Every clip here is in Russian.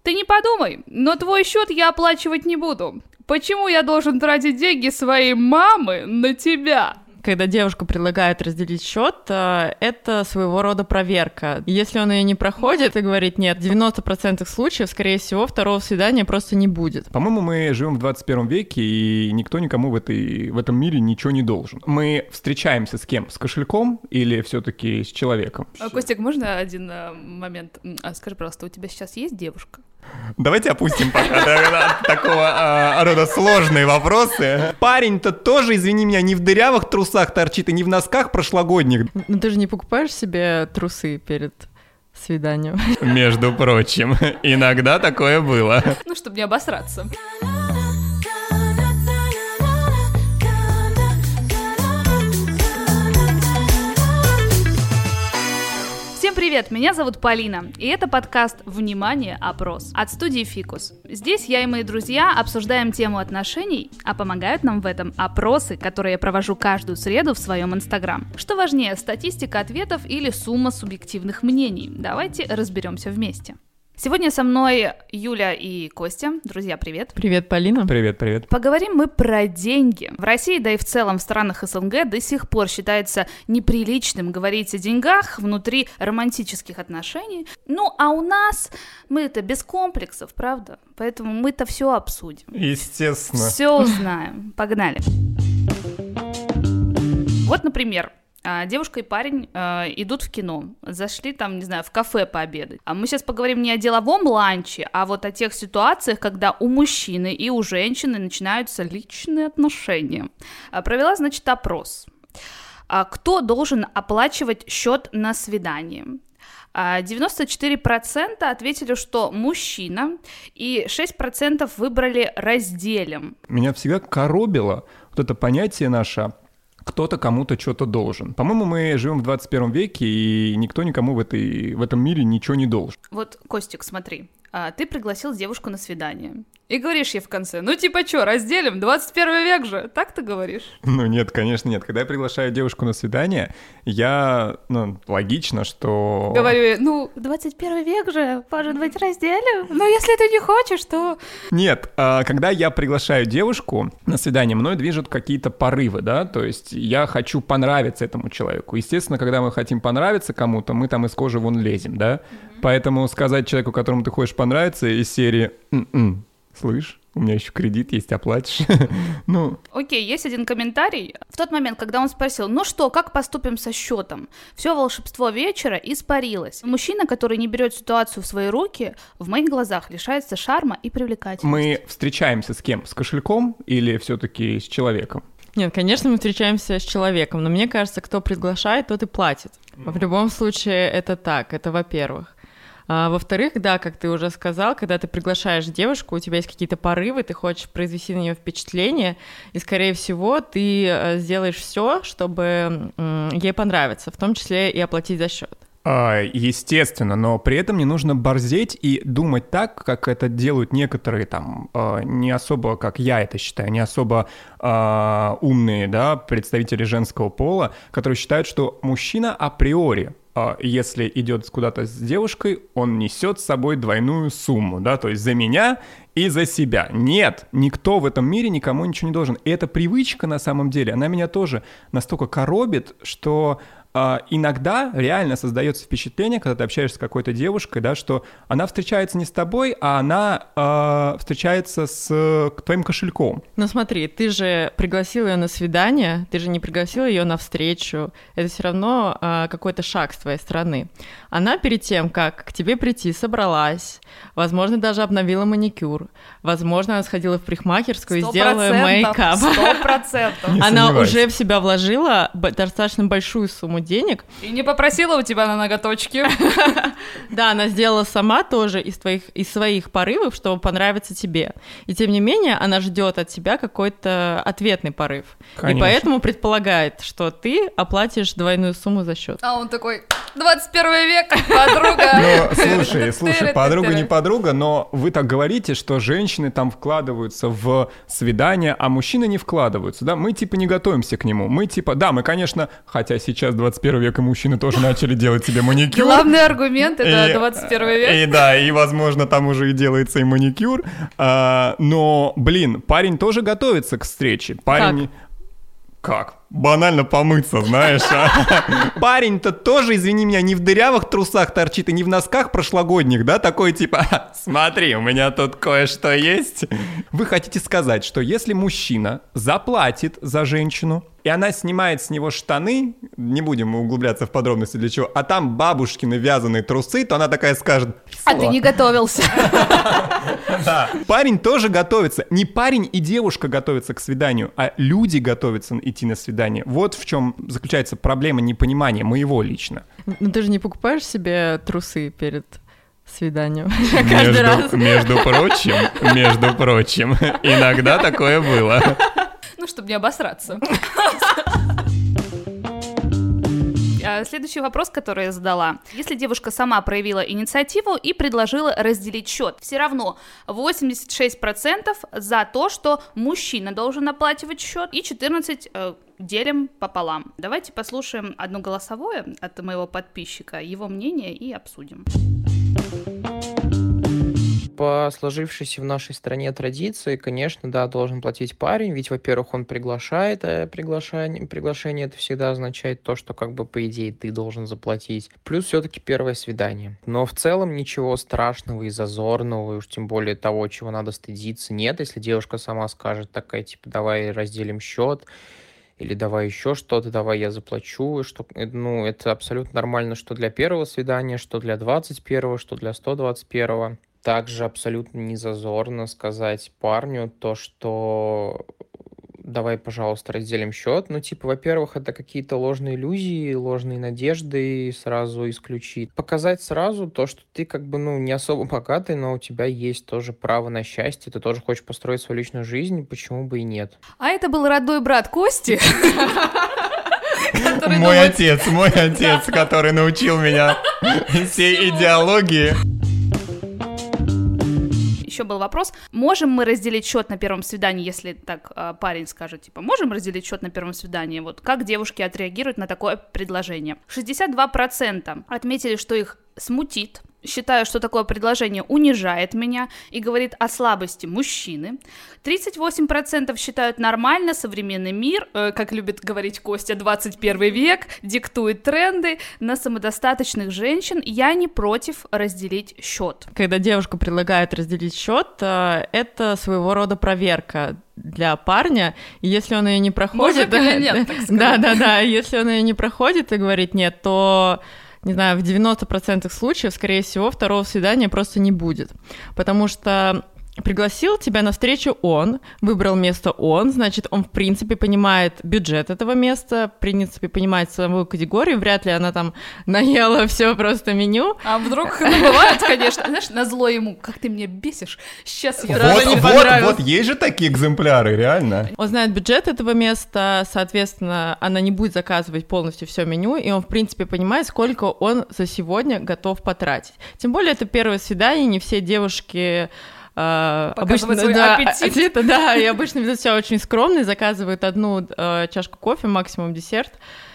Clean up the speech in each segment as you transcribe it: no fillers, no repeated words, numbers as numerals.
Ты не подумай, но твой счет я оплачивать не буду. Почему я должен тратить деньги своей мамы на тебя? Когда девушка предлагает разделить счет, это своего рода проверка. Если он ее не проходит и говорит нет, в 90% случаев, скорее всего, второго свидания просто не будет. По-моему, мы живем в 21 веке, и никто никому в этом мире ничего не должен. Мы встречаемся с кем? С кошельком или все-таки с человеком? Костик, можно один момент? Скажи, пожалуйста, у тебя сейчас есть девушка? Давайте опустим пока такого рода сложные вопросы. Парень-то тоже, извини меня, не в дырявых трусах торчит и не в носках прошлогодних. Но ты же не покупаешь себе трусы перед свиданием? Между прочим, иногда такое было. Ну, чтобы не обосраться. Всем привет, меня зовут Полина, и это подкаст «Внимание! Опрос» от студии «Фикус». Здесь я и мои друзья обсуждаем тему отношений, а помогают нам в этом опросы, которые я провожу каждую среду в своем инстаграм. Что важнее, статистика ответов или сумма субъективных мнений? Давайте разберемся вместе. Сегодня со мной Юля и Костя. Друзья, привет. Привет, Полина. Привет. Поговорим мы про деньги. В России, да и в целом в странах СНГ до сих пор считается неприличным говорить о деньгах внутри романтических отношений. Ну, а у нас мы-то без комплексов, правда? Поэтому мы-то все обсудим. Естественно. Все узнаем. Погнали. Вот, например, девушка и парень идут в кино, зашли там, не знаю, в кафе пообедать. А мы сейчас поговорим не о деловом ланче, а вот о тех ситуациях, когда у мужчины и у женщины начинаются личные отношения. Провела, значит, опрос. Кто должен оплачивать счет на свидание? 94% ответили, что мужчина, и 6% выбрали разделим. Меня всегда коробило вот это понятие наше «кто-то кому-то что-то должен». По-моему, мы живем в 21 веке, и никто никому в этом мире ничего не должен. Вот, Костик, смотри, ты пригласил девушку на свидание. И говоришь ей в конце, ну типа что, разделим, 21 век же, так ты говоришь? Ну нет, конечно нет. Когда я приглашаю девушку на свидание, логично, что... Говорю, 21 век же, может быть, разделим? Но если ты не хочешь, то... Нет, когда я приглашаю девушку на свидание, мной движут какие-то порывы, да, то есть я хочу понравиться этому человеку. Естественно, когда мы хотим понравиться кому-то, мы там из кожи вон лезем, да, поэтому сказать человеку, которому ты хочешь понравиться, из серии «Слышь, у меня еще кредит есть, оплатишь». Окей, есть один комментарий. В тот момент, когда он спросил, ну что, как поступим со счетом? Все волшебство вечера испарилось. Мужчина, который не берет ситуацию в свои руки, в моих глазах лишается шарма и привлекательности. Мы встречаемся с кем? С кошельком или все-таки с человеком? Нет, конечно, мы встречаемся с человеком, но мне кажется, кто приглашает, тот и платит. В любом случае, это так, это во-первых. Во-вторых, да, как ты уже сказал, когда ты приглашаешь девушку, у тебя есть какие-то порывы, ты хочешь произвести на нее впечатление, и, скорее всего, ты сделаешь все, чтобы ей понравиться, в том числе и оплатить за счет. Естественно, но при этом не нужно борзеть и думать так, как это делают некоторые там, не особо, как я это считаю, не особо умные, да, представители женского пола, которые считают, что мужчина априори, если идет куда-то с девушкой, он несет с собой двойную сумму, да, то есть за меня и за себя. Нет, никто в этом мире никому ничего не должен. И эта привычка, на самом деле, она меня тоже настолько коробит, что иногда реально создается впечатление, когда ты общаешься с какой-то девушкой, да, что она встречается не с тобой, а она встречается с твоим кошельком. Ну смотри, ты же пригласил ее на свидание, ты же не пригласил ее на встречу. Это все равно какой-то шаг с твоей стороны. Она перед тем, как к тебе прийти, собралась, возможно, даже обновила маникюр, возможно, она сходила в парикмахерскую и сделала мейкап. 100%. Она уже в себя вложила достаточно большую сумму денег. И не попросила у тебя на ноготочки. Да, она сделала сама тоже из своих порывов, чтобы понравиться тебе. И тем не менее, она ждет от тебя какой-то ответный порыв. Конечно. И поэтому предполагает, что ты оплатишь двойную сумму за счет. А он такой, 21 век, подруга. Ну, слушай, подруга не подруга, но вы так говорите, что женщины там вкладываются в свидания, а мужчины не вкладываются, да? Мы типа не готовимся к нему. Мы типа, да, мы, конечно, хотя сейчас 21 век, и мужчины тоже начали делать себе маникюр. Главный аргумент — это 21 век. И да, и, возможно, там уже и делается и маникюр. Но, блин, парень тоже готовится к встрече. Парень... Как? Банально помыться, знаешь. Парень-то тоже, извини меня, не в дырявых трусах торчит и не в носках прошлогодних, да, такой типа, смотри, у меня тут кое-что есть. Вы хотите сказать, что если мужчина заплатит за женщину, и она снимает с него штаны, не будем углубляться в подробности для чего, а там бабушкины вязаные трусы, то она такая скажет... А ты не готовился. Да. Парень тоже готовится. Не парень и девушка готовятся к свиданию, а люди готовятся идти на свидание. Вот в чем заключается проблема непонимания моего лично. Ну ты же не покупаешь себе трусы перед свиданием каждый раз? Между прочим, иногда такое было. Ну, чтобы не обосраться. Следующий вопрос, который я задала. Если девушка сама проявила инициативу и предложила разделить счет, все равно 86% за то, что мужчина должен оплачивать счет, и 14% делим пополам. Давайте послушаем одно голосовое от моего подписчика, его мнение, и обсудим. По сложившейся в нашей стране традиции, конечно, да, должен платить парень, ведь, во-первых, он приглашает, а приглашение это всегда означает то, что, как бы, по идее, ты должен заплатить. Плюс все-таки первое свидание. Но в целом ничего страшного и зазорного, и уж тем более того, чего надо стыдиться, нет. Если девушка сама скажет такая, типа, давай разделим счет, или давай еще что-то, давай я заплачу, что, ну, это абсолютно нормально, что для первого свидания, что для 21-го, что для 121-го. Также абсолютно не зазорно сказать парню то, что давай, пожалуйста, разделим счет. Ну, типа, во-первых, это какие-то ложные иллюзии, ложные надежды сразу исключить. Показать сразу то, что ты как бы, ну, не особо богатый, но у тебя есть тоже право на счастье, ты тоже хочешь построить свою личную жизнь, почему бы и нет. А это был родной брат Кости. Мой отец, который научил меня всей идеологии. Еще был вопрос, можем мы разделить счет на первом свидании, если так парень скажет, типа, можем разделить счет на первом свидании, вот как девушки отреагируют на такое предложение. 62% отметили, что их смутит, считаю, что такое предложение унижает меня и говорит о слабости мужчины. 38% считают нормально, современный мир, как любит говорить Костя, 21 век, диктует тренды на самодостаточных женщин. Я не против разделить счет. Когда девушка предлагает разделить счет, это своего рода проверка для парня, и если он ее не проходит... Может или нет, так сказать. Да, если он ее не проходит и говорит нет, то... не знаю, в 90% случаев, скорее всего, второго свидания просто не будет. Потому что пригласил тебя на встречу он, выбрал место он, значит, он, в принципе, понимает бюджет этого места, в принципе, понимает ценовую категорию, вряд ли она там наела все просто меню. А вдруг, бывает, конечно, знаешь, назло ему, как ты меня бесишь, сейчас я сразу не понравилось. Вот есть же такие экземпляры, реально. Он знает бюджет этого места, соответственно, она не будет заказывать полностью все меню, и он, в принципе, понимает, сколько он за сегодня готов потратить. Тем более, это первое свидание, не все девушки... обычно свой аппетит. Да, и обычно ведут себя очень скромно, заказывают одну чашку кофе, максимум десерт.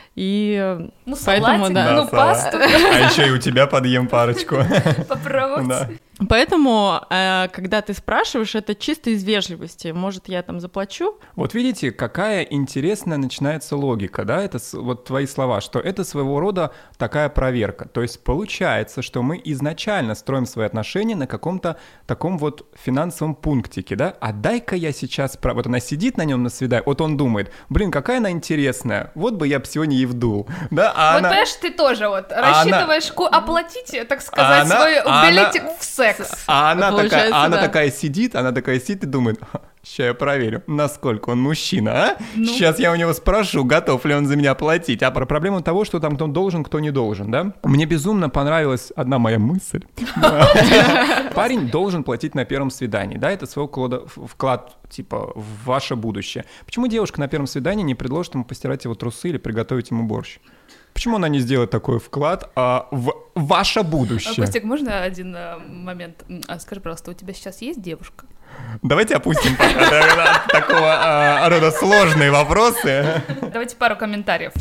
И поэтому, да. Пасту. А еще и у тебя подъем парочку. Попробовать. Да. Поэтому, когда ты спрашиваешь, это чисто из вежливости. Может, я там заплачу? Вот видите, какая интересная начинается логика, да? Это вот твои слова, что это своего рода такая проверка. То есть получается, что мы изначально строим свои отношения на каком-то таком вот финансовом пунктике, да? А дай-ка я сейчас... Вот она сидит на нем на свидании, вот он думает, блин, какая она интересная, вот бы я бы сегодня ей вдул, да? А вот, она... понимаешь, ты тоже вот рассчитываешь оплатить, так сказать, свой билетик в секс. А она такая сидит и думает, сейчас я проверю, насколько он мужчина, а? Сейчас я у него спрошу, готов ли он за меня платить. А про проблему того, что там кто должен, кто не должен, да? Мне безумно понравилась одна моя мысль. Парень должен платить на первом свидании, да? Это свой вклад, типа, в ваше будущее. Почему девушка на первом свидании не предложит ему постирать его трусы или приготовить ему борщ? Почему она не сделает такой вклад в ваше будущее? Костик, можно один момент? Скажи, пожалуйста, у тебя сейчас есть девушка? Давайте опустим пока такого рода сложные вопросы. Давайте пару комментариев.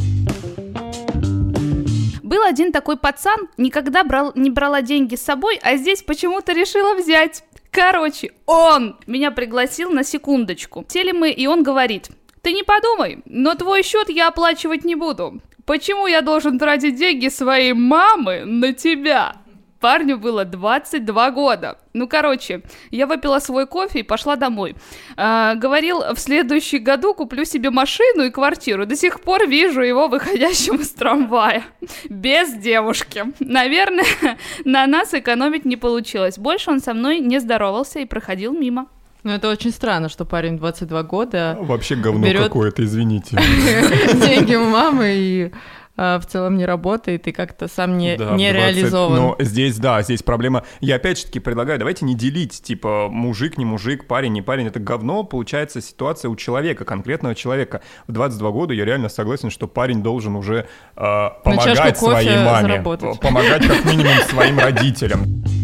Был один такой пацан, никогда не брала деньги с собой, а здесь почему-то решила взять. Короче, он меня пригласил на секундочку. Сели мы, и он говорит: ты не подумай, но твой счет я оплачивать не буду. Почему я должен тратить деньги своей мамы на тебя? Парню было 22 года. Ну, короче, я выпила свой кофе и пошла домой. Говорил, в следующем году куплю себе машину и квартиру. До сих пор вижу его выходящим из трамвая. Без девушки. Наверное, на нас экономить не получилось. Больше он со мной не здоровался и проходил мимо. Ну, это очень странно, что парень 22 года... Вообще говно какое-то, извините. Деньги у мамы и... в целом не работает и как-то сам не реализован. Но здесь проблема. Я опять же таки предлагаю, давайте не делить, типа, мужик, не мужик, парень, не парень. Это говно, получается, ситуация у человека, конкретного человека. В 22 года я реально согласен, что парень должен уже помогать своей маме. Заработать. Помогать как минимум своим родителям.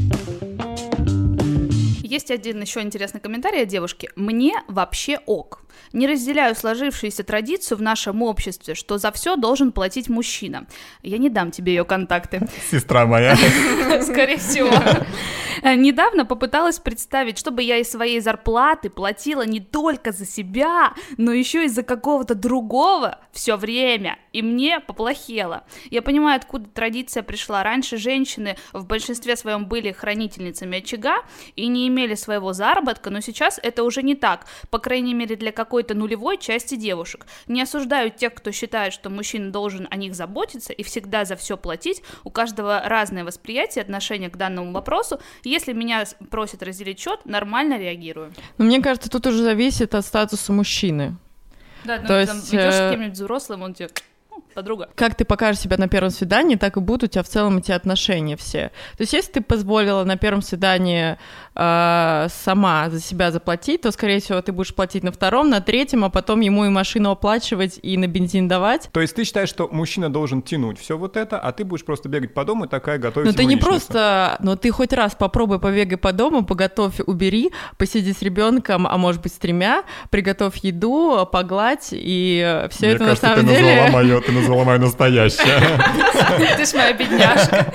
Есть один еще интересный комментарий от девушки. Мне вообще ок. Не разделяю сложившуюся традицию в нашем обществе, что за все должен платить мужчина. Я не дам тебе ее контакты. Сестра моя. Скорее всего. Недавно попыталась представить, чтобы я из своей зарплаты платила не только за себя, но еще и за какого-то другого все время. И мне поплохело. Я понимаю, откуда традиция пришла. Раньше женщины в большинстве своем были хранительницами очага и не имели своего заработка, но сейчас это уже не так. По крайней мере, для какой-то нулевой части девушек. Не осуждаю тех, кто считает, что мужчина должен о них заботиться и всегда за все платить. У каждого разное восприятие, отношение к данному вопросу. Если меня просят разделить счет, нормально реагирую. Но мне кажется, тут уже зависит от статуса мужчины. Да, ну, ты там идешь с кем-нибудь взрослым, он тебе... подруга. Как ты покажешь себя на первом свидании, так и будут у тебя в целом эти отношения все. То есть если ты позволила на первом свидании сама за себя заплатить, то, скорее всего, ты будешь платить на втором, на третьем, а потом ему и машину оплачивать, и на бензин давать. То есть ты считаешь, что мужчина должен тянуть все вот это, а ты будешь просто бегать по дому и такая готовить. Ну ты не просто, но ты хоть раз попробуй побегай по дому, поготовь, убери, посиди с ребенком, а может быть с 3, приготовь еду, погладь, и все это на самом деле... Ты назвала мою настоящее. Ты ж моя бедняжка.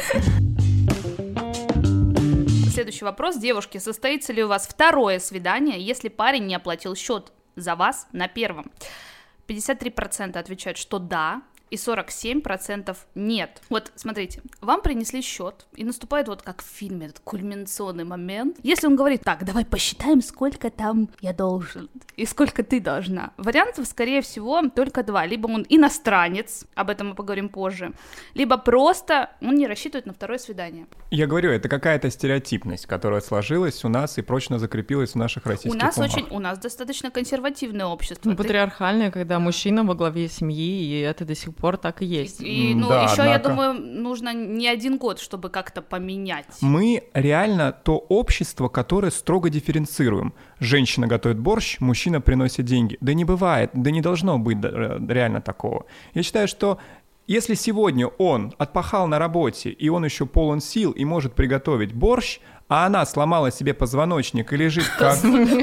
Следующий вопрос. Девушки, состоится ли у вас второе свидание, если парень не оплатил счет за вас на первом? 53% отвечают, что да, и 47% нет. Вот, смотрите, вам принесли счет, и наступает вот как в фильме этот кульминационный момент. Если он говорит: так, давай посчитаем, сколько там я должен и сколько ты должна. Вариантов, скорее всего, только 2. Либо он иностранец, об этом мы поговорим позже, либо просто он не рассчитывает на второе свидание. Я говорю, это какая-то стереотипность, которая сложилась у нас и прочно закрепилась в наших российских умах. У нас достаточно консервативное общество. Ну, патриархальное, когда мужчина во главе семьи, и это до сих пор так и есть. И еще, я думаю, нужно не 1 год, чтобы как-то поменять. Мы реально то общество, которое строго дифференцируем. Женщина готовит борщ, мужчина приносит деньги. Да не бывает, да не должно быть реально такого. Я считаю, что если сегодня он отпахал на работе, и он еще полон сил и может приготовить борщ, а она сломала себе позвоночник и лежит как...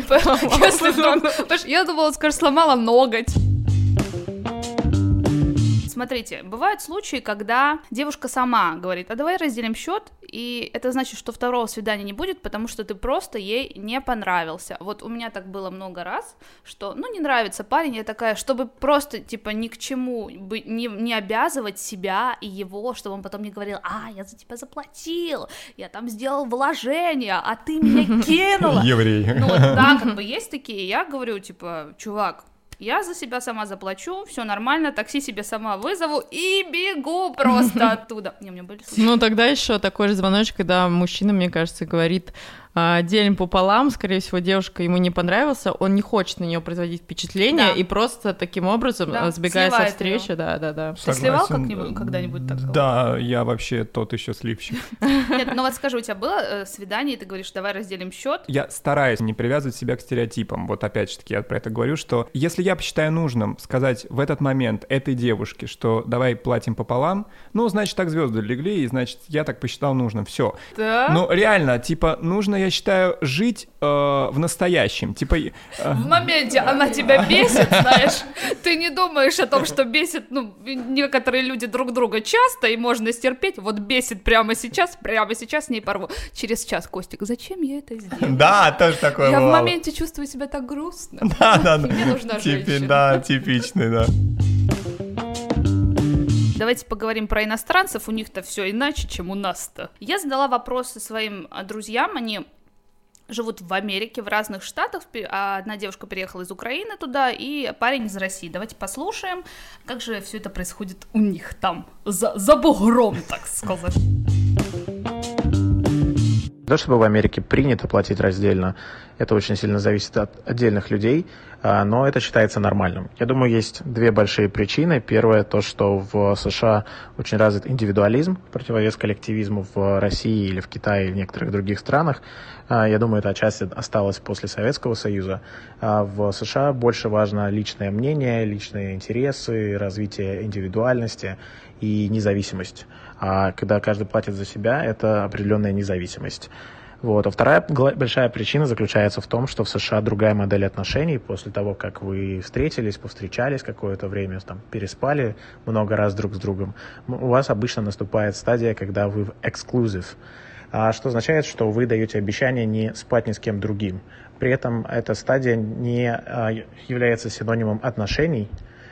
Я думала, он скажет, сломала ноготь. Смотрите, бывают случаи, когда девушка сама говорит: а давай разделим счет, и это значит, что второго свидания не будет, потому что ты просто ей не понравился. Вот у меня так было много раз, что, не нравится парень, я такая, чтобы просто, типа, ни к чему не обязывать себя и его, чтобы он потом не говорил: я за тебя заплатил, я там сделал вложение, а ты меня кинула. Еврей. Да, как бы есть такие, я говорю, типа, чувак, я за себя сама заплачу, все нормально, такси себе сама вызову и бегу просто оттуда. У меня были случаи. Ну, тогда еще такой же звоночек, когда мужчина, мне кажется, говорит: делим пополам, скорее всего, девушка ему не понравился, он не хочет на нее производить впечатление и просто таким образом сбегает со встречи. Да. Ты сливал когда-нибудь такого? Да, я вообще тот еще сливщик. Нет, ну вот скажи, у тебя было свидание, и ты говоришь, давай разделим счет? Я стараюсь не привязывать себя к стереотипам. Вот опять же таки я про это говорю, что если я посчитаю нужным сказать в этот момент этой девушке, что давай платим пополам, ну, значит, так звезды легли, и значит, я так посчитал нужным. Все. Да? Ну, реально, типа, нужно, я считаю, жить в настоящем. Типа, в моменте она тебя бесит, знаешь. Ты не думаешь о том, что бесит, ну, некоторые люди друг друга часто, и можно стерпеть. Вот бесит прямо сейчас с ней порву. Через час, Костик, зачем я это сделала? Да, тоже такое я бывало. в моменте чувствую себя так грустно. Да. Мне нужна женщина. Да, типичный, да. Давайте поговорим про иностранцев, у них-то все иначе, чем у нас-то. Я задала вопросы своим друзьям, они живут в Америке, в разных штатах, одна девушка переехала из Украины туда, и парень из России. Давайте послушаем, как же все это происходит у них там, за бугром, так сказать. То, чтобы в Америке принято платить раздельно, это очень сильно зависит от отдельных людей, но это считается нормальным. Я думаю, есть две большие причины. Первое, то, что в США очень развит индивидуализм, противовес коллективизму в России или в Китае или в некоторых других странах. Я думаю, это отчасти осталось после Советского Союза. В США больше важно личное мнение, личные интересы, развитие индивидуальности и независимость. А когда каждый платит за себя, это определенная независимость. Вот. А вторая большая причина заключается в том, что в США другая модель отношений. После того, как вы встретились, повстречались какое-то время, там, переспали много раз друг с другом, у вас обычно наступает стадия, когда вы в exclusive, что означает, что вы даете обещание не спать ни с кем другим. При этом эта стадия не является синонимом отношений,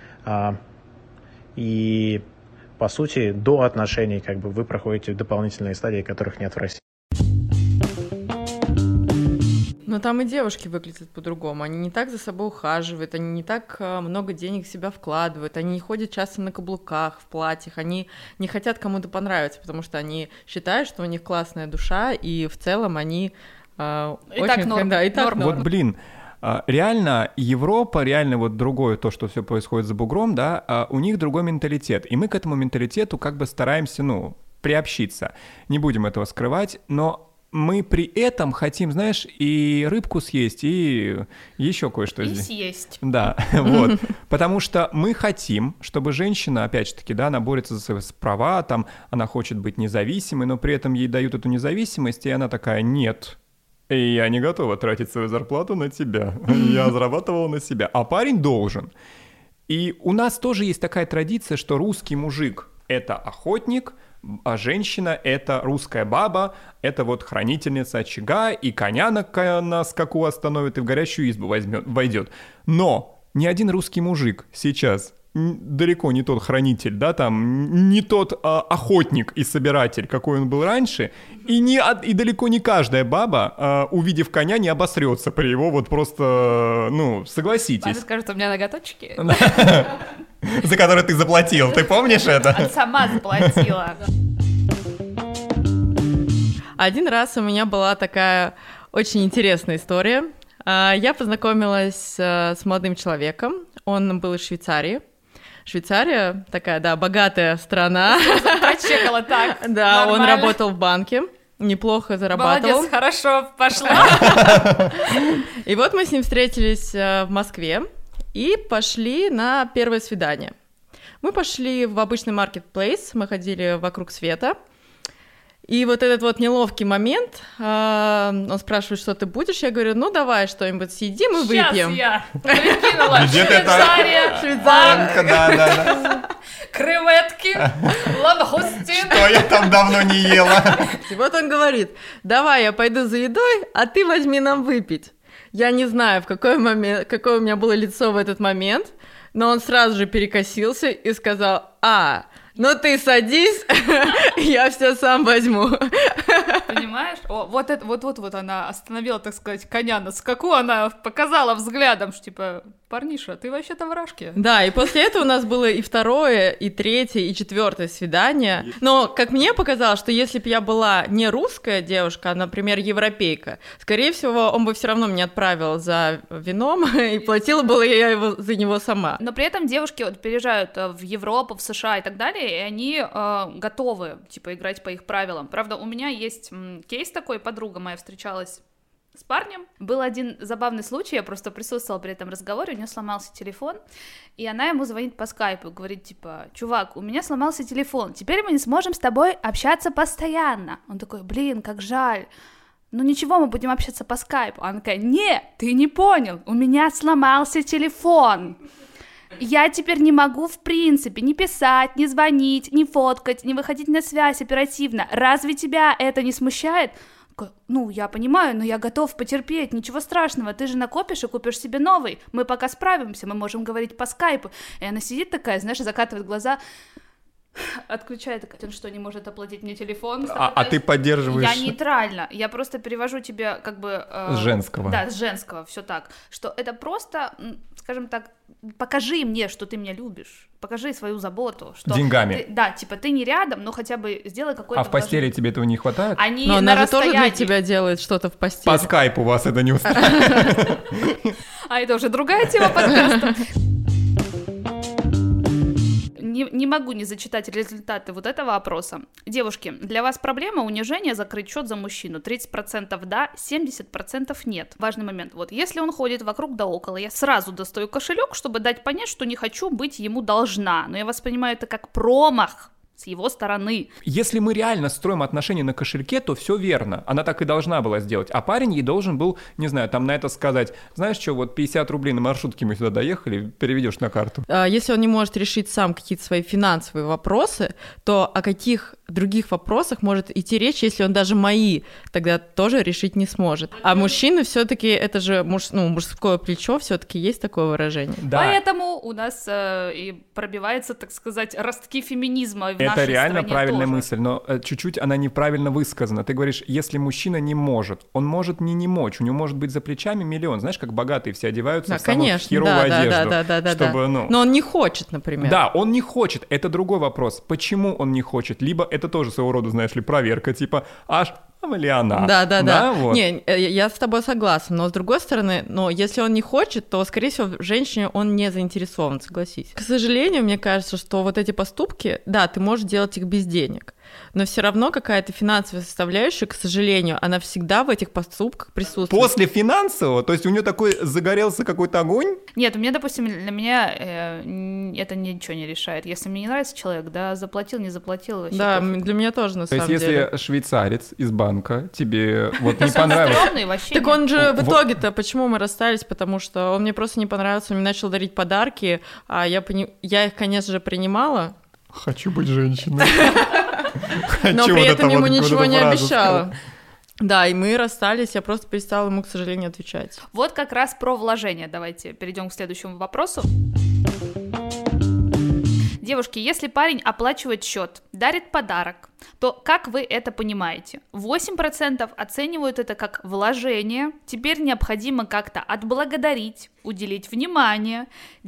и по сути, до отношений как бы вы проходите дополнительные стадии, которых нет в России. Но там и девушки выглядят по-другому. Они не так за собой ухаживают, они не так много денег в себя вкладывают, они не ходят часто на каблуках, в платьях, они не хотят кому-то понравиться, потому что они считают, что у них классная душа, и в целом они очень... Так норм. Да, и так норм. Вот, блин, реально Европа, реально вот другое, то, что все происходит за бугром, да, у них другой менталитет, и мы к этому менталитету как бы стараемся, приобщиться. Не будем этого скрывать, но мы при этом хотим, знаешь, и рыбку съесть, и еще кое-что и здесь. съесть. Да, вот. Потому что мы хотим, чтобы женщина, опять же таки, да, она борется за свои права, там, она хочет быть независимой, но при этом ей дают эту независимость, и она такая: нет, я не готова тратить свою зарплату на тебя, я зарабатывала на себя, а парень должен. И у нас тоже есть такая традиция, что русский мужик — это охотник, а женщина — это русская баба, это вот хранительница очага, и коня на скаку остановит, и в горящую избу войдет. Но ни один русский мужик сейчас далеко не тот хранитель, да, там, не тот охотник и собиратель, какой он был раньше, и далеко не каждая баба, увидев коня, не обосрется при его вот просто, согласитесь. Она скажет: у меня ноготочки. За который ты заплатил, ты помнишь это? Она сама заплатила. Один раз у меня была такая очень интересная история. Я познакомилась с молодым человеком, он был из Швейцарии. Швейцария такая, да, богатая страна. Прочекала так. Да, нормально. Он работал в банке, неплохо зарабатывал. Молодец, хорошо, пошла. И вот мы с ним встретились в Москве и пошли на первое свидание. Мы пошли в обычный маркетплейс, мы ходили вокруг света. И вот этот вот неловкий момент, он спрашивает, что ты будешь, я говорю: давай что-нибудь съедим и выпьем. Сейчас я прикинула: Швейцария, Банка, да. креветки, лангустин. Что я там давно не ела. И вот он говорит: давай я пойду за едой, а ты возьми нам выпить. Я не знаю, какое у меня было лицо в этот момент, но он сразу же перекосился и сказал: ты садись, я все сам возьму. Понимаешь? Вот она остановила, так сказать, коня на скаку, она показала взглядом, что типа: парниша, ты вообще-то в рашке. Да, и после этого у нас было и второе, и третье, и четвертое свидание. Но, как мне показалось, что если бы я была не русская девушка, а, например, европейка, скорее всего, он бы все равно меня отправил за вином, и платила бы я за него сама. Но при этом девушки вот переезжают в Европу, в США и так далее, и они готовы, типа, играть по их правилам. Правда, у меня есть кейс такой, подруга моя встречалась с парнем. Был один забавный случай, я просто присутствовала при этом разговоре, у нее сломался телефон, и она ему звонит по скайпу и говорит, типа, чувак, у меня сломался телефон, теперь мы не сможем с тобой общаться постоянно. Он такой, блин, как жаль. Ну ничего, мы будем общаться по скайпу. Она такая, нет, ты не понял, у меня сломался телефон. Я теперь не могу, в принципе, ни писать, ни звонить, ни фоткать, ни выходить на связь оперативно. Разве тебя это не смущает? Ну, я понимаю, но я готов потерпеть, ничего страшного, ты же накопишь и купишь себе новый, мы пока справимся, мы можем говорить по скайпу. И она сидит такая, знаешь, закатывает глаза, отключает, он что, не может оплатить мне телефон? А ты поддерживаешь... Я нейтрально, я просто перевожу тебе как бы... С женского. Да, с женского, все так, что это просто, скажем так, покажи мне, что ты меня любишь, покажи свою заботу. Что деньгами. Да, типа ты не рядом, но хотя бы сделай какой-то... А в постели тебе этого не хватает? Они но на она же расстоянии. тоже для тебя делает что-то в постели. По скайпу вас это не устраивает. А это уже другая тема подкаста. Не могу не зачитать результаты вот этого опроса. Девушки, для вас проблема унижения закрыть счет за мужчину? 30% да, 70% нет. Важный момент. Вот если он ходит вокруг да около, я сразу достаю кошелек, чтобы дать понять, что не хочу быть ему должна. Но я воспринимаю это как промах с его стороны. Если мы реально строим отношения на кошельке, то все верно. Она так и должна была сделать. А парень ей должен был, не знаю, там на это сказать, знаешь что, вот 50 рублей на маршрутке мы сюда доехали, переведешь на карту. Если он не может решить сам какие-то свои финансовые вопросы, то о каких других вопросах может идти речь, если он даже мои тогда тоже решить не сможет. А мужчины все-таки это же мужское плечо, все-таки есть такое выражение. Да. Поэтому у нас и пробивается, так сказать, ростки феминизма в нашей Это реально стране правильная тоже. мысль, но чуть-чуть она неправильно высказана. Ты говоришь, если мужчина не может, он может не мочь, у него может быть за плечами миллион. Знаешь, как богатые все одеваются в самую херовую одежду, чтобы, Но он не хочет, например. Да, он не хочет, это другой вопрос. Почему он не хочет? Либо это тоже своего рода, знаешь ли, проверка, типа, аж или она. Да. Вот. Не, я с тобой согласна, но с другой стороны, если он не хочет, то, скорее всего, в женщине он не заинтересован, согласись. К сожалению, мне кажется, что вот эти поступки, да, ты можешь делать их без денег, но все равно какая-то финансовая составляющая, к сожалению, она всегда в этих поступках присутствует. После финансового? То есть у нее такой загорелся какой-то огонь? Нет, у меня, допустим, для меня это ничего не решает. Если мне не нравится человек, да, заплатил, не заплатил, вообще Да, пофиг. для меня тоже, на То самом есть деле. если швейцарец из банка тебе вот не Если он понравился... стрёмный, вообще Так нет. он же в Вот. итоге-то, почему мы расстались? Потому что он мне просто не понравился, он мне начал дарить подарки, а я их, конечно же, принимала, Хочу быть женщиной. но при этом ему ничего не обещала. Да, и мы расстались, я просто перестала ему, к сожалению, отвечать. Вот как раз про вложение. Давайте перейдем к следующему вопросу. Девушки, если парень оплачивает счет, дарит подарок, то как вы это понимаете? 8% оценивают это как вложение, теперь необходимо как-то отблагодарить, уделить внимание.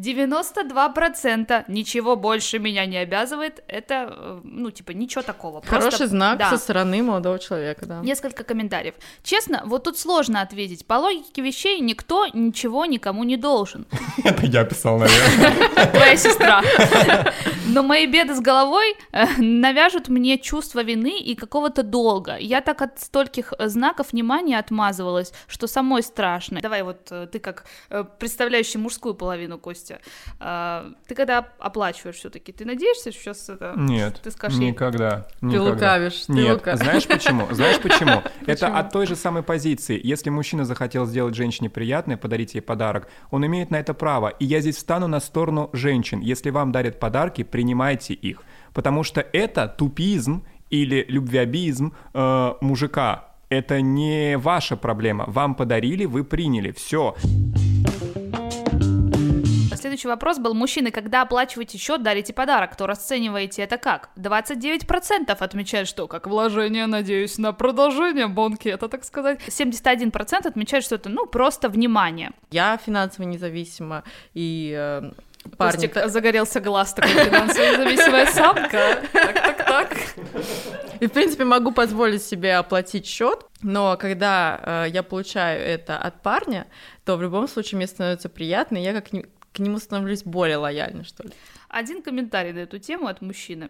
92% ничего больше меня не обязывает, это, ничего такого. Хороший Просто, знак да. со стороны молодого человека, да. Несколько комментариев. Честно, вот тут сложно ответить. По логике вещей никто ничего никому не должен. Это я писал, наверное. Твоя сестра. Но мои беды с головой навяжут мне чувство вины и какого-то долга. Я так от стольких знаков внимания отмазывалась, что самой страшно. Давай вот ты как представляющий мужскую половину, Костя, ты когда оплачиваешь все-таки, ты надеешься, что сейчас это... Нет, ты скажешь ей, никогда. Ты лукавишь, ты Нет, лукавишь. знаешь почему? Знаешь почему? Это от той же самой позиции. Если мужчина захотел сделать женщине приятное, подарить ей подарок, он имеет на это право. И я здесь встану на сторону женщин. Если вам дарят подарки, принимайте их. Потому что это тупизм или любвеобизм мужика. Это не ваша проблема. Вам подарили, вы приняли. Все. Следующий вопрос был: мужчины, когда оплачиваете счет, дарите подарок, то расцениваете это как? 29% отмечают, что как вложение, надеюсь, на продолжение банкета, так сказать. 71% отмечают, что это, просто внимание. Я финансово независима, и парни... Костик, загорелся глаз, такой финансово независимая самка. Так. И, в принципе, могу позволить себе оплатить счет, но когда я получаю это от парня, то в любом случае мне становится приятно, и я как к нему становлюсь более лояльной, что ли. Один комментарий на эту тему от мужчины.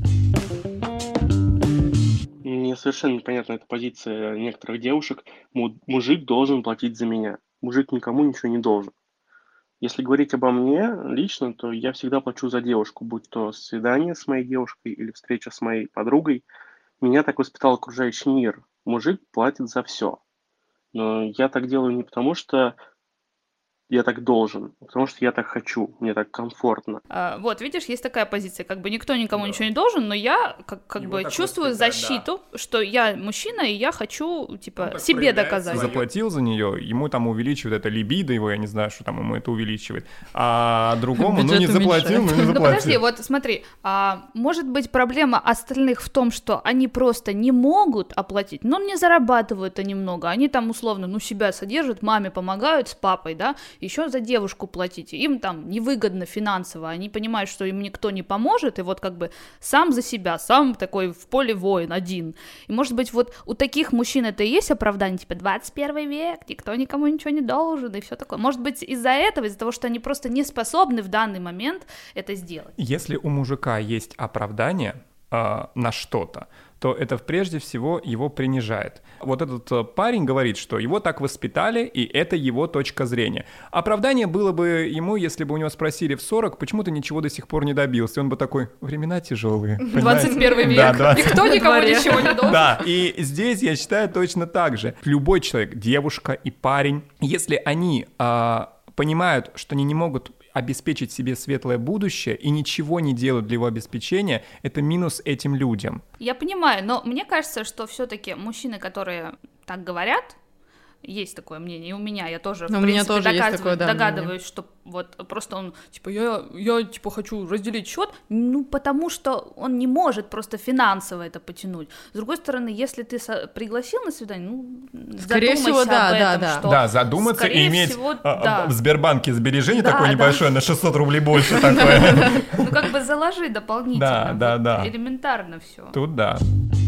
Мне совершенно непонятна эта позиция некоторых девушек. Мужик должен платить за меня. Мужик никому ничего не должен. Если говорить обо мне лично, то я всегда плачу за девушку, будь то свидание с моей девушкой или встреча с моей подругой. Меня так воспитал окружающий мир. Мужик платит за все. Но я так делаю не потому, что я так должен, потому что я так хочу, мне так комфортно. Вот, видишь, есть такая позиция, как бы никто никому ничего не должен, но я как бы чувствую защиту, что я мужчина, и я хочу, себе доказать. Заплатил за нее, ему там увеличивает это либидо его, я не знаю, что там ему это увеличивает, а другому, не заплатил, не заплатил. Ну подожди, вот смотри, может быть проблема остальных в том, что они просто не могут оплатить, но не зарабатывают они много, они там условно, себя содержат, маме помогают с папой, да, еще за девушку платите, им там невыгодно финансово, они понимают, что им никто не поможет, и вот как бы сам за себя, сам такой в поле воин один. И может быть вот у таких мужчин это и есть оправдание, 21 век, никто никому ничего не должен, и все такое. Может быть из-за этого, из-за того, что они просто не способны в данный момент это сделать. Если у мужика есть оправдание на что-то, то это прежде всего его принижает. Вот этот парень говорит, что его так воспитали, и это его точка зрения. Оправдание было бы ему, если бы у него спросили в 40, почему ты ничего до сих пор не добился. И он бы такой: времена тяжелые. 21 век. Да, никто никому ничего не должен. Да, и здесь я считаю точно так же. Любой человек, девушка и парень, если они понимают, что они не могут обеспечить себе светлое будущее и ничего не делают для его обеспечения, это минус этим людям. Я понимаю, но мне кажется, что все-таки мужчины, которые так говорят, есть такое мнение, и у меня, я тоже, в принципе, догадываюсь, что вот просто он, я хочу разделить счет, потому что он не может просто финансово это потянуть. С другой стороны, если ты пригласил на свидание, скорее всего, об этом, что... Да, задуматься и иметь в Сбербанке сбережение такое небольшое, на 600 рублей больше такое. Как бы заложи дополнительно. Да. Элементарно все. Тут да.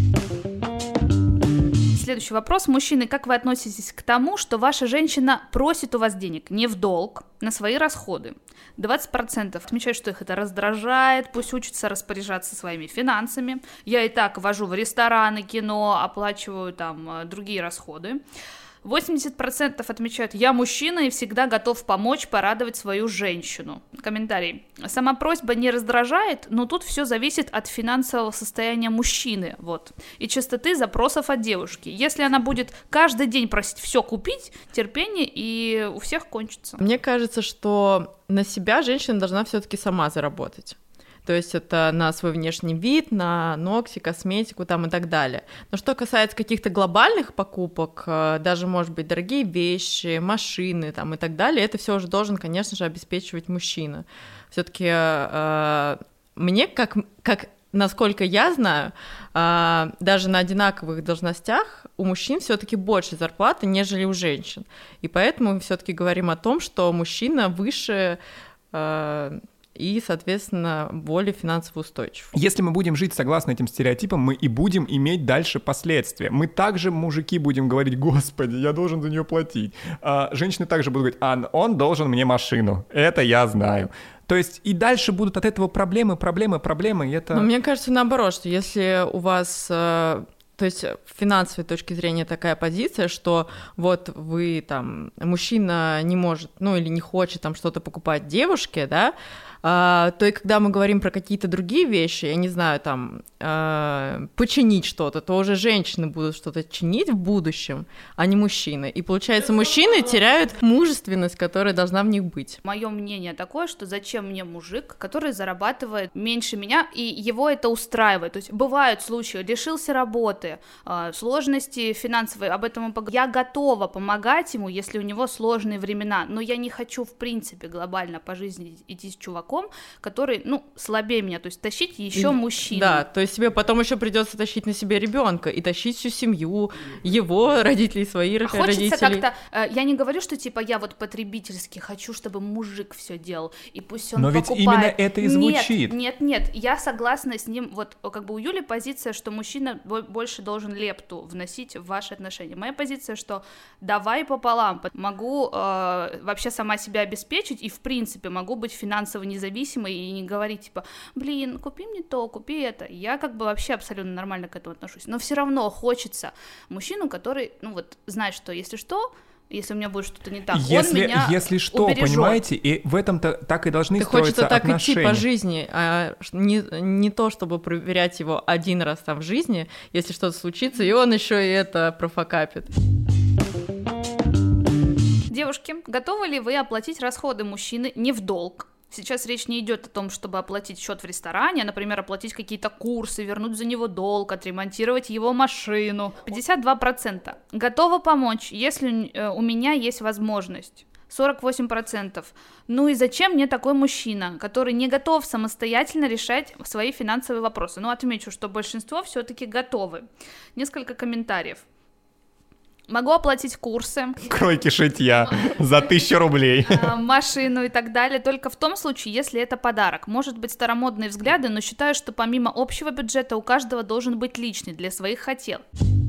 Следующий вопрос. Мужчины, как вы относитесь к тому, что ваша женщина просит у вас денег не в долг, на свои расходы? 20% отмечают, что их это раздражает, пусть учатся распоряжаться своими финансами. Я и так вожу в рестораны, кино, оплачиваю там другие расходы. 80% отмечают: я мужчина и всегда готов помочь, порадовать свою женщину. Комментарий. Сама просьба не раздражает, но тут все зависит от финансового состояния мужчины, и частоты запросов от девушки. Если она будет каждый день просить все купить, терпение и у всех кончится. Мне кажется, что на себя женщина должна все-таки сама заработать. То есть это на свой внешний вид, на ногти, косметику там и так далее. Но что касается каких-то глобальных покупок, даже, может быть, дорогие вещи, машины там и так далее, это все уже должен, конечно же, обеспечивать мужчина. Все-таки мне, насколько я знаю, даже на одинаковых должностях у мужчин все-таки больше зарплаты, нежели у женщин. И поэтому мы все-таки говорим о том, что мужчина выше... и, соответственно, более финансово устойчив. Если мы будем жить согласно этим стереотипам, мы и будем иметь дальше последствия. Мы также, мужики, будем говорить: господи, я должен за нее платить. Женщины также будут говорить: он должен мне машину. Это я знаю. То есть и дальше будут от этого проблемы, и это... Но мне кажется, наоборот, что если у вас... То есть с финансовой точки зрения такая позиция, что вот вы там, мужчина не может, или не хочет там что-то покупать девушке, да, то и когда мы говорим про какие-то другие вещи, я не знаю, там, починить что-то, то уже женщины будут что-то чинить в будущем, а не мужчины. И получается, мужчины теряют мужественность, которая должна в них быть. Мое мнение такое, что зачем мне мужик, который зарабатывает меньше меня, и его это устраивает. То есть бывают случаи, лишился работы, сложности финансовые, об этом я готова помогать ему, если у него сложные времена, но я не хочу, в принципе, глобально по жизни идти с чуваком, который, слабее меня, то есть тащить еще мужчину. Да, то есть тебе потом еще придется тащить на себе ребенка и тащить всю семью, его родителей, свои родителей. Хочется как-то, я не говорю, что типа я вот потребительски хочу, чтобы мужик все делал, и пусть он покупает. Но ведь именно это и звучит. Нет, я согласна с ним, вот как бы у Юли позиция, что мужчина больше должен лепту вносить в ваши отношения. Моя позиция, что давай пополам, могу вообще сама себя обеспечить, и в принципе могу быть финансово независимой и не говорить типа, блин, купи мне то, купи это. Я как бы вообще абсолютно нормально к этому отношусь, но все равно хочется мужчину, который, знает, что если у меня будет что-то не так, он меня если что, убережет. Понимаете, и в этом-то так и должны строиться отношения. Хочется отношения. так идти по жизни, а не то, чтобы проверять его один раз там в жизни, если что-то случится, и он еще и это профокапит. Девушки, готовы ли вы оплатить расходы мужчины не в долг? Сейчас речь не идет о том, чтобы оплатить счет в ресторане, а, например, оплатить какие-то курсы, вернуть за него долг, отремонтировать его машину. 52%. Готова помочь, если у меня есть возможность. 48%. Ну и зачем мне такой мужчина, который не готов самостоятельно решать свои финансовые вопросы? Отмечу, что большинство все-таки готовы. Несколько комментариев. Могу оплатить курсы. Кройки шитья за 1000 рублей. Машину и так далее, только в том случае, если это подарок. Может быть, старомодные взгляды, но считаю, что помимо общего бюджета у каждого должен быть личный для своих хотел.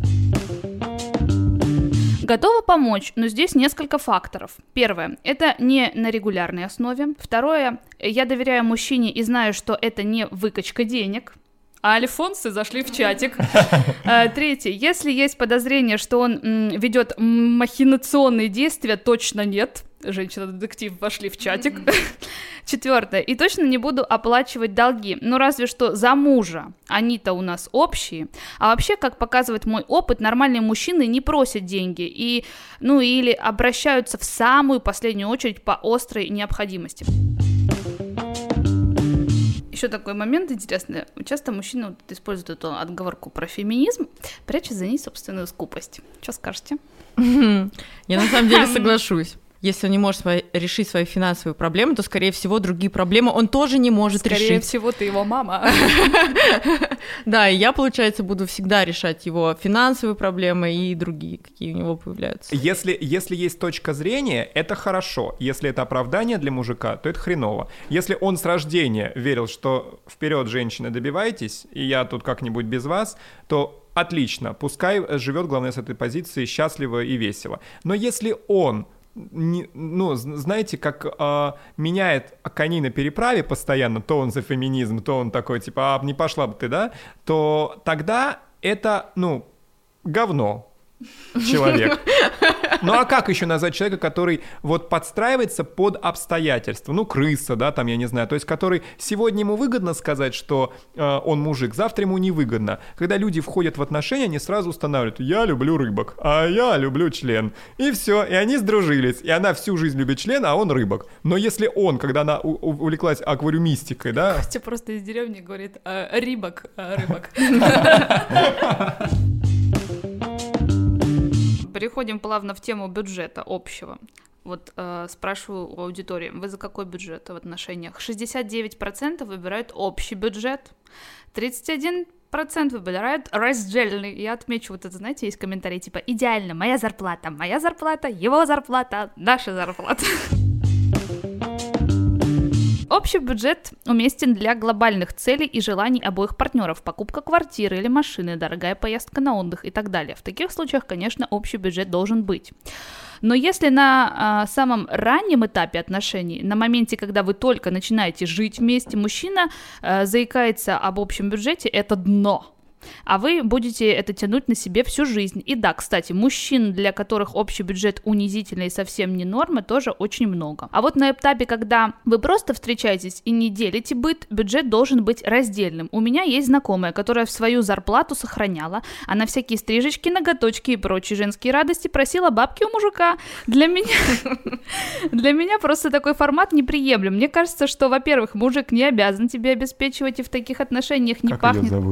Готова помочь, но здесь несколько факторов. Первое, это не на регулярной основе. Второе, я доверяю мужчине и знаю, что это не выкачка денег. А альфонсы зашли в чатик. Третье. Если есть подозрение, что он ведет махинационные действия, точно нет. Женщина-детектив вошли в чатик. Четвертое. И точно не буду оплачивать долги. Разве что за мужа. Они-то у нас общие. А вообще, как показывает мой опыт, нормальные мужчины не просят деньги. Или обращаются в самую последнюю очередь по острой необходимости. Еще такой момент интересный. Часто мужчины используют эту отговорку про феминизм, пряча за ней собственную скупость. Что скажете? Я на самом деле соглашусь. Если он не может решить свои финансовые проблемы, то, скорее всего, другие проблемы он тоже не может решить. Скорее всего, ты его мама. Да, и я, получается, буду всегда решать его финансовые проблемы и другие, какие у него появляются. Если есть точка зрения, это хорошо. Если это оправдание для мужика, то это хреново. Если он с рождения верил, что вперед, женщины, добивайтесь, и я тут как-нибудь без вас, то отлично, пускай живет, главное, с этой позиции счастливо и весело. Но если он знаете, как меняет коней на переправе постоянно, то он за феминизм, то он такой, типа, не пошла бы ты, да, то тогда это, говно. Человек. А как еще назвать человека, который подстраивается под обстоятельства? Крыса, да, там, я не знаю, то есть который сегодня ему выгодно сказать, что он мужик, завтра ему невыгодно. Когда люди входят в отношения, они сразу устанавливают: я люблю рыбок, а я люблю член. И все, и они сдружились, и она всю жизнь любит член, а он рыбок. Но если он, когда она увлеклась аквариумистикой, да... Костя просто из деревни говорит: рыбок. Переходим плавно в тему бюджета общего. Спрашиваю у аудитории, вы за какой бюджет в отношениях? 69% выбирают общий бюджет, 31% выбирают раздельный. Я отмечу знаете, есть комментарии типа: идеально, моя зарплата, его зарплата, наша зарплата. Общий бюджет уместен для глобальных целей и желаний обоих партнеров: покупка квартиры или машины, дорогая поездка на отдых и так далее. В таких случаях, конечно, общий бюджет должен быть. Но если на самом раннем этапе отношений, на моменте, когда вы только начинаете жить вместе, мужчина заикается об общем бюджете, это дно. а вы будете это тянуть на себе всю жизнь. И да, кстати, мужчин, для которых общий бюджет унизительный и совсем не норма, тоже очень много. А вот на этапе, когда вы просто встречаетесь и не делите быт, бюджет должен быть раздельным. У меня есть знакомая, которая в свою зарплату сохраняла, а на всякие стрижечки, ноготочки и прочие женские радости просила бабки у мужика. Для меня просто такой формат неприемлем. Мне кажется, что, во-первых, мужик не обязан тебе обеспечивать, и в таких отношениях не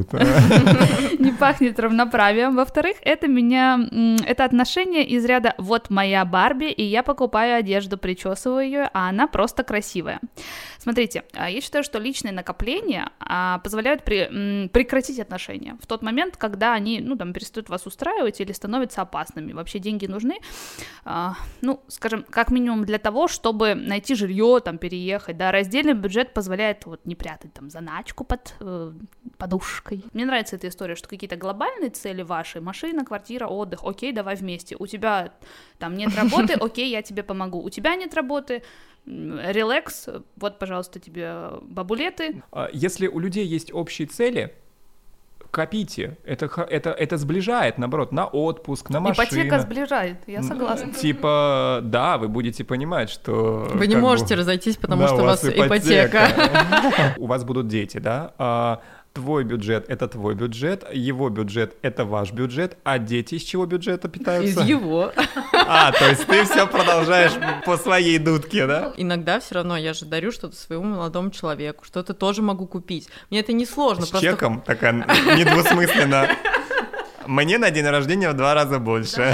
пахнет равноправием. Во-вторых, это отношение из ряда «вот моя Барби, и я покупаю одежду, причесываю ее, а она просто красивая». Смотрите, я считаю, что личные накопления позволяют прекратить отношения в тот момент, когда они, перестают вас устраивать или становятся опасными. Вообще деньги нужны, скажем, как минимум для того, чтобы найти жилье, переехать, да, раздельный бюджет позволяет не прятать заначку под подушкой. Мне нравится эта история, что какие-то глобальные цели ваши, машина, квартира, отдых, окей, давай вместе. У тебя нет работы, окей, я тебе помогу. У тебя нет работы, релакс, вот, пожалуйста, тебе бабулеты. Если у людей есть общие цели, копите. Это сближает, наоборот, на отпуск, на машину. Ипотека сближает, я согласна. Да, вы будете понимать, что... Вы не можете разойтись, потому что у вас ипотека. У вас будут дети, да? Твой бюджет — это твой бюджет, его бюджет — это ваш бюджет, а дети из чего бюджета питаются? Из его. То есть ты все продолжаешь по своей дудке, да? Иногда все равно я же дарю что-то своему молодому человеку, что-то тоже могу купить. Мне это не сложно. С чеком? Такая недвусмысленно. Мне на день рождения в 2 раза больше.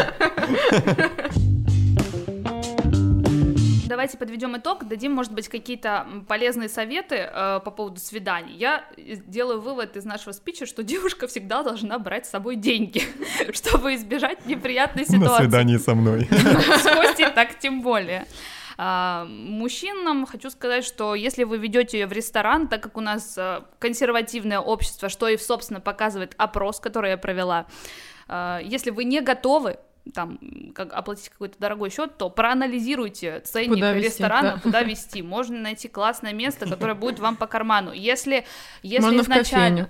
Давайте подведем итог, дадим, может быть, какие-то полезные советы по поводу свиданий. Я делаю вывод из нашего спича, что девушка всегда должна брать с собой деньги, чтобы избежать неприятной ситуации. На свидании со мной. С Костей так тем более. Мужчинам хочу сказать, что если вы ведете ее в ресторан, так как у нас консервативное общество, что и, собственно, показывает опрос, который я провела, если вы не готовы оплатить какой-то дорогой счет, то проанализируйте ценник ресторана, куда везти. Можно найти классное место, которое будет вам по карману. Если изначально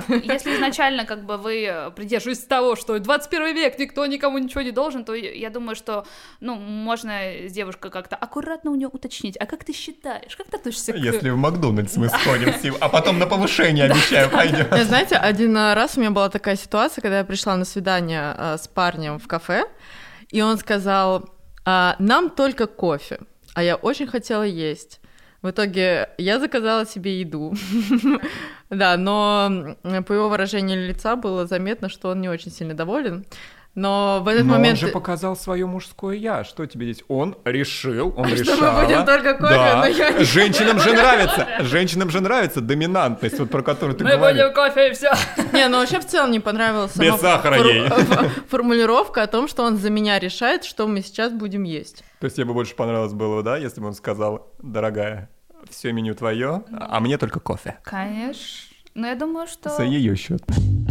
вы придерживаетесь того, что 21 век, никто никому ничего не должен, то я думаю, что можно с девушкой как-то аккуратно у нее уточнить. А как ты считаешь? Как ты относишься к... Если в Макдональдс мы сходим, а потом на повышение, обещаю, пойдем. Знаете, один раз у меня была такая ситуация, когда я пришла на свидание с парнем в кафе, и он сказал: нам только кофе, а я очень хотела есть. В итоге я заказала себе еду, да, но по его выражению лица было заметно, что он не очень сильно доволен. Но в этот момент... он же показал свое мужское «я». Что тебе здесь? Он решил, Что мы будем только кофе, да. но я не... Женщинам же нравится доминантность, про которую ты говоришь. Мы будем кофе и все. Не, вообще в целом не понравилась без сахара ей. Формулировка о том, что он за меня решает, что мы сейчас будем есть. То есть тебе бы больше понравилось было, да, если бы он сказал: дорогая, все меню твое, а мне только кофе. Конечно. Но я думаю, что... За ее счет.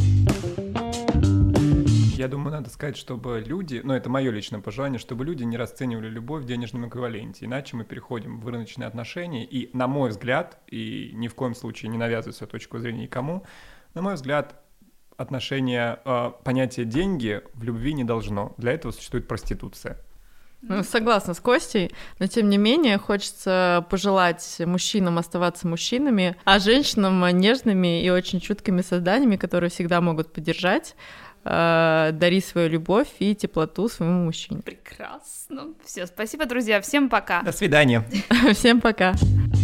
Я думаю, надо сказать, чтобы люди, это мое личное пожелание, чтобы люди не расценивали любовь в денежном эквиваленте, иначе мы переходим в рыночные отношения, и, на мой взгляд, и ни в коем случае не навязываю свою точку зрения никому, на мой взгляд, понятие «деньги» в любви не должно. Для этого существует проституция. Согласна с Костей, но тем не менее хочется пожелать мужчинам оставаться мужчинами, а женщинам нежными и очень чуткими созданиями, которые всегда могут поддержать. Дари свою любовь и теплоту своему мужчине. Прекрасно. Все, спасибо, друзья. Всем пока. До свидания. Всем пока.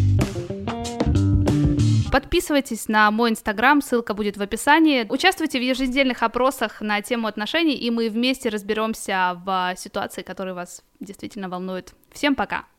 Подписывайтесь на мой инстаграм, ссылка будет в описании. Участвуйте в еженедельных опросах на тему отношений, и мы вместе разберемся в ситуации, которые вас действительно волнуют. Всем пока!